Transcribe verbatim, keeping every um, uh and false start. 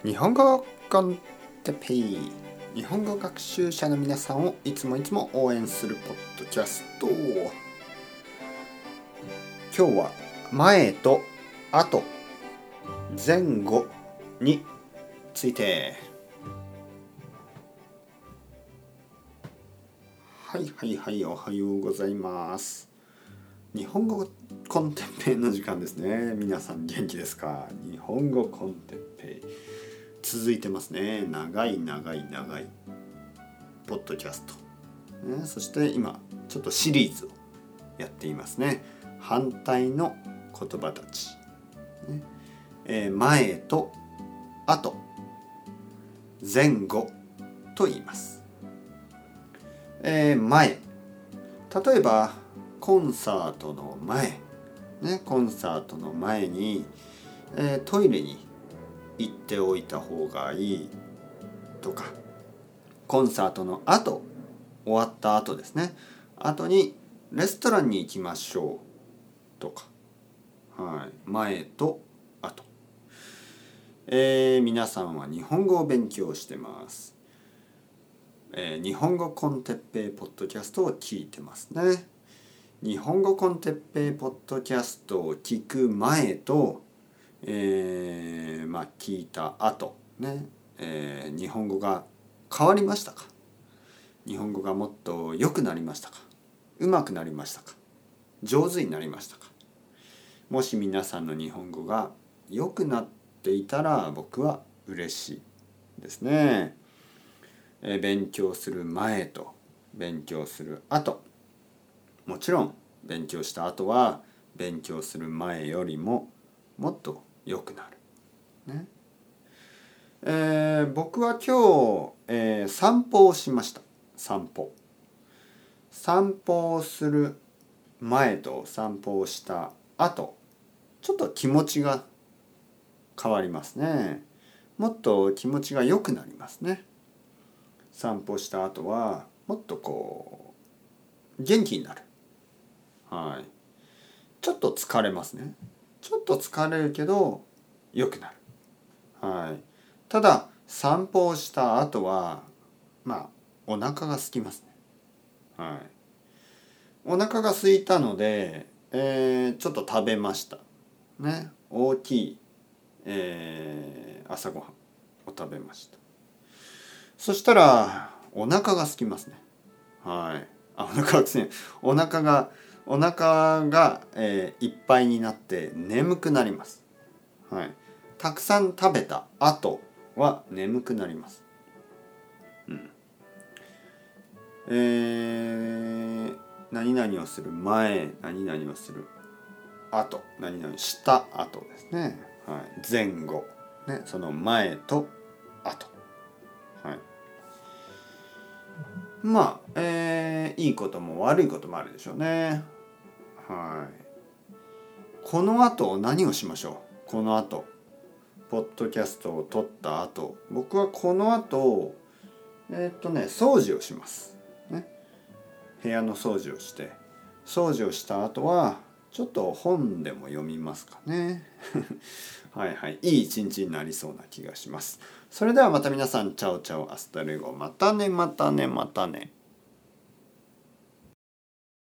日本語コンテペイ、日本語学習者の皆さんをいつもいつも応援するポッドキャスト。今日は前と後、前後について。はいはいはい、おはようございます。日本語コンテッペイの時間ですね。皆さん元気ですか？日本語コンテッペイ続いてますね。長い長い長いポッドキャスト、ね、そして今ちょっとシリーズをやっていますね。反対の言葉たち、ねえー、前と後、前後と言います。えー、前、例えばコンサートの前、ね、コンサートの前に、えー、トイレに行っておいた方がいいとか、コンサートの後、終わった後ですね、後にレストランに行きましょうとか、はい、前と後、えー、皆さんは日本語を勉強してます、えー、日本語コンテッペイポッドキャストを聞いてますね。日本語コンテッペイポッドキャストを聞く前とえー、まあ聞いた後ね、えー、日本語が変わりましたか？日本語がもっと良くなりましたか？上手くなりましたか？上手になりましたか？もし皆さんの日本語が良くなっていたら僕は嬉しいですね。えー、勉強する前と勉強する後、もちろん勉強した後は勉強する前よりももっと良くなる、ねえー、僕は今日、えー、散歩をしました。散歩散歩をする前と散歩をした後、ちょっと気持ちが変わりますね。もっと気持ちが良くなりますね。散歩した後はもっとこう元気になる。はい。ちょっと疲れますね。ちょっと疲れるけど良くなる。はい。ただ散歩をした後はまあお腹が空きますね。はい。お腹が空いたので、えー、ちょっと食べました。ね。大きい、えー、朝ごはんを食べました。そしたらお腹が空きますね。はい。あ、お腹が空くね。お腹がお腹が、えー、いっぱいになって眠くなります。はい。たくさん食べた後は眠くなります。うん。えー、何々をする前、何々をする後、何々した後ですね。はい。前後、ね、その前と後。はい。まあ、えー、いいことも悪いこともあるでしょうね。はい。この後何をしましょう？この後、ポッドキャストを撮った後、僕はこの後、えーっとね、掃除をします。ね。部屋の掃除をして、掃除をした後は、ちょっと本でも読みますかね。はいはい。いい一日になりそうな気がします。それではまた皆さん、チャオチャオ、アスタレゴ。またね、またね、またね。